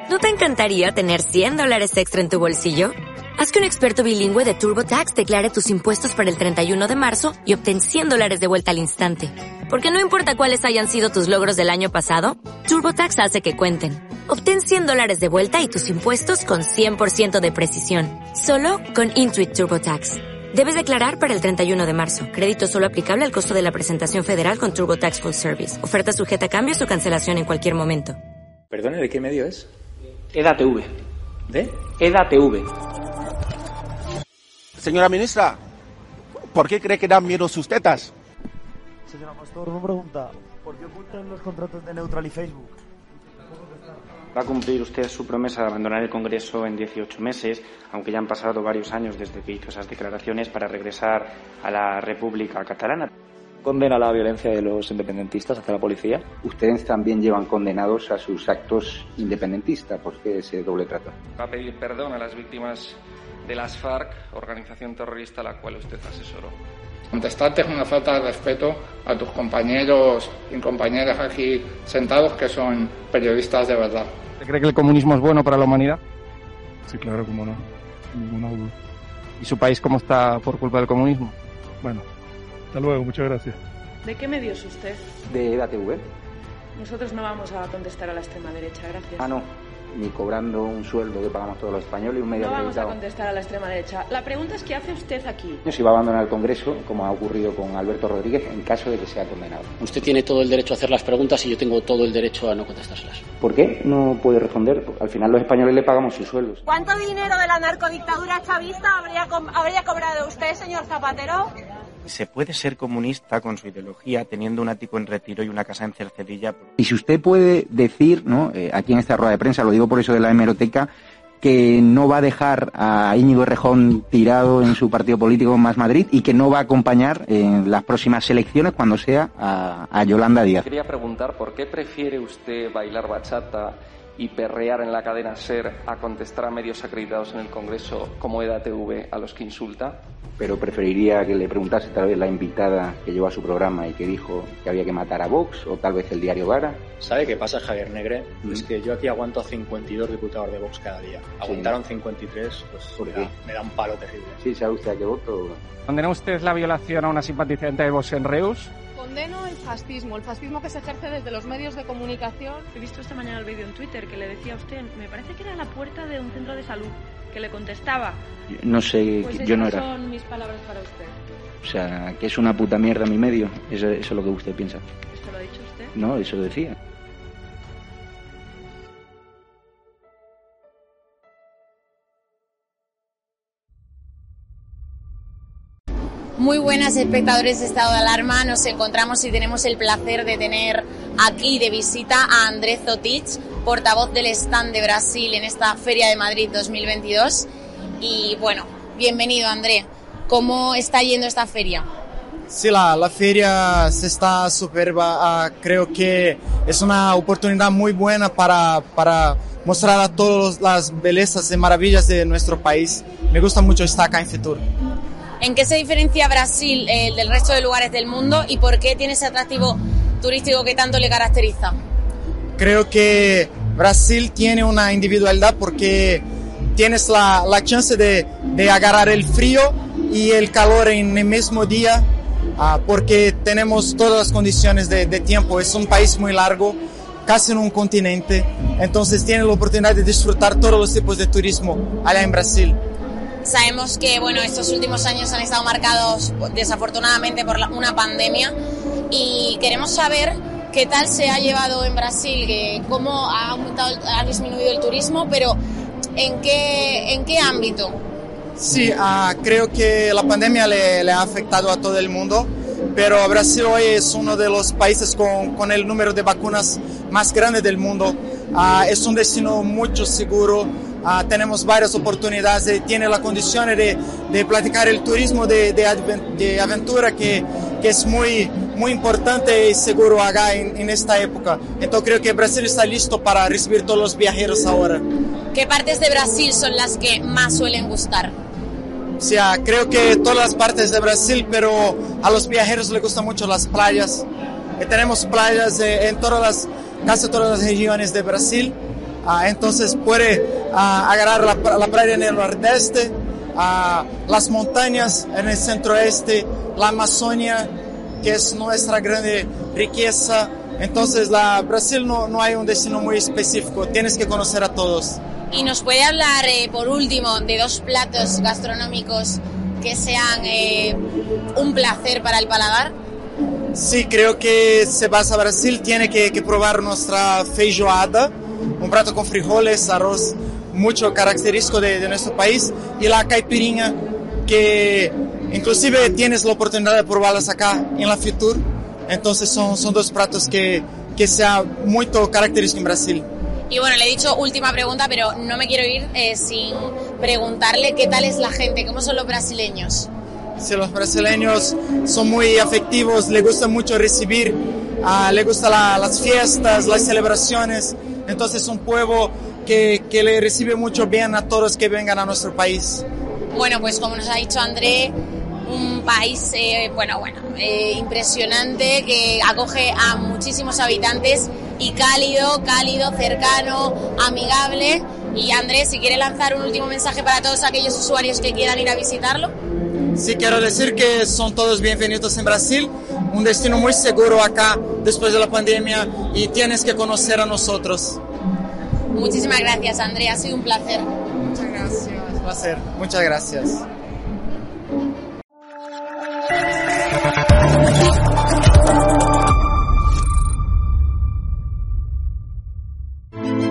¿No te encantaría tener $100 extra en tu bolsillo? Haz que un experto bilingüe de TurboTax declare tus impuestos para el 31 de marzo y obtén $100 de vuelta al instante. Porque no importa cuáles hayan sido tus logros del año pasado, TurboTax hace que cuenten. Obtén $100 de vuelta y tus impuestos con 100% de precisión. Solo con Intuit TurboTax. Debes declarar para el 31 de marzo. Crédito solo aplicable al costo de la presentación federal con TurboTax Full Service. Oferta sujeta a cambios o cancelación en cualquier momento. Perdone, ¿de qué medio es? EDATV. ¿De? EDATV. Señora ministra, ¿por qué cree que dan miedo sus tetas? Señora Pastor, una pregunta. ¿Por qué ocultan los contratos de Neutral y Facebook? Va a cumplir usted su promesa de abandonar el Congreso en 18 meses, aunque ya han pasado varios años desde que hizo esas declaraciones para regresar a la República Catalana. ¿Condena la violencia de los independentistas hacia la policía? Ustedes también llevan condenados a sus actos independentistas. ¿Por qué ese doble trato? Va a pedir perdón a las víctimas de las FARC, organización terrorista a la cual usted asesoró. Contestarte es una falta de respeto a tus compañeros y compañeras aquí sentados que son periodistas de verdad. ¿Usted cree que el comunismo es bueno para la humanidad? Sí, claro, cómo no. Ninguna duda. ¿Y su país cómo está por culpa del comunismo? Bueno, hasta luego, muchas gracias. ¿De qué medio es usted? De EDATV. Nosotros no vamos a contestar a la extrema derecha, gracias. Ah, no. Ni cobrando un sueldo que pagamos todos los españoles y un medio acreditado. No vamos a contestar a la extrema derecha. La pregunta es ¿qué hace usted aquí? Si va a abandonar el Congreso, como ha ocurrido con Alberto Rodríguez, en caso de que sea condenado. Usted tiene todo el derecho a hacer las preguntas y yo tengo todo el derecho a no contestárselas. ¿Por qué no puede responder? Al final los españoles le pagamos sus sueldos. ¿Cuánto dinero de la narcodictadura chavista habría cobrado usted, señor Zapatero? ¿Se puede ser comunista con su ideología teniendo un ático en Retiro y una casa en Cercedilla? Y si usted puede decir, ¿no? Aquí en esta rueda de prensa, lo digo por eso de la hemeroteca, que no va a dejar a Íñigo Errejón tirado en su partido político Más Madrid y que no va a acompañar en las próximas elecciones cuando sea a Yolanda Díaz. Quería preguntar por qué prefiere usted bailar bachata y perrear en la cadena SER a contestar a medios acreditados en el Congreso como EDATV a los que insulta. Pero preferiría que le preguntase tal vez la invitada que llevó a su programa y que dijo que había que matar a Vox, o tal vez el diario Gara. ¿Sabe qué pasa, Javier Negre? Es que yo aquí aguanto a 52 diputados de Vox cada día. Aguantaron 53, pues me da un palo terrible. Sí, ¿sabe usted a qué voto? ¿Condena usted la violación a una simpatizante de Vox en Reus? Condeno el fascismo que se ejerce desde los medios de comunicación. He visto esta mañana el vídeo en Twitter que le decía a usted, me parece que era la puerta de un centro de salud, que le contestaba. No sé, pues yo no era. Son mis palabras para usted. O sea, que es una puta mierda mi medio, eso es lo que usted piensa. ¿Esto lo ha dicho usted? No, eso decía. Muy buenas, espectadores de Estado de Alarma. Nos encontramos y tenemos el placer de tener aquí de visita a André Zotich, portavoz del stand de Brasil en esta Feria de Madrid 2022. Y bueno, bienvenido, André. ¿Cómo está yendo esta feria? Sí, la feria se está superba. Creo que es una oportunidad muy buena para mostrar a todos las bellezas y maravillas de nuestro país. Me gusta mucho estar acá en Fitur. ¿En qué se diferencia Brasil del resto de lugares del mundo y por qué tiene ese atractivo turístico que tanto le caracteriza? Creo que Brasil tiene una individualidad porque tienes la chance de agarrar el frío y el calor en el mismo día, porque tenemos todas las condiciones de tiempo. Es un país muy largo, casi en un continente, entonces tiene la oportunidad de disfrutar todos los tipos de turismo allá en Brasil. Sabemos que bueno, estos últimos años han estado marcados desafortunadamente por una pandemia y queremos saber qué tal se ha llevado en Brasil, cómo ha disminuido el turismo, pero ¿en qué ámbito? Sí, creo que la pandemia le ha afectado a todo el mundo, pero Brasil hoy es uno de los países con el número de vacunas más grande del mundo. Es un destino mucho seguro. Tenemos varias oportunidades, tiene la condición de practicar el turismo de aventura que es muy importante y seguro acá en esta época. Entonces creo que Brasil está listo para recibir todos los viajeros ahora. ¿Qué partes de Brasil son las que más suelen gustar? O sea, creo que todas las partes de Brasil, pero a los viajeros les gustan mucho las playas. Tenemos playas en casi todas las regiones de Brasil. entonces puede agarrar la playa en el nordeste, las montañas en el centro-oeste, la Amazonia, que es nuestra grande riqueza. Entonces Brasil no hay un destino muy específico, tienes que conocer a todos. ¿Y nos puede hablar, por último, de 2 platos gastronómicos que sean un placer para el paladar? Sí, creo que si vas a Brasil tiene que probar nuestra feijoada, un plato con frijoles, arroz, mucho característico de nuestro país, y la caipirinha, que inclusive tienes la oportunidad de probarlas acá en la Fitur. Entonces son 2 platos que sean muy característicos en Brasil. Y bueno, le he dicho última pregunta, pero no me quiero ir sin preguntarle qué tal es la gente, cómo son los brasileños. Sí, los brasileños son muy afectivos, les gusta mucho recibir, les gustan las fiestas, las celebraciones. Entonces es un pueblo que le recibe mucho bien a todos que vengan a nuestro país. Bueno, pues como nos ha dicho André, un país impresionante, que acoge a muchísimos habitantes y cálido, cercano, amigable. Y Andrés, si quiere lanzar un último mensaje para todos aquellos usuarios que quieran ir a visitarlo. Sí, quiero decir que son todos bienvenidos en Brasil, un destino muy seguro acá después de la pandemia, y tienes que conocer a nosotros. Muchísimas gracias, André, ha sido un placer. Muchas gracias. Un placer, muchas gracias.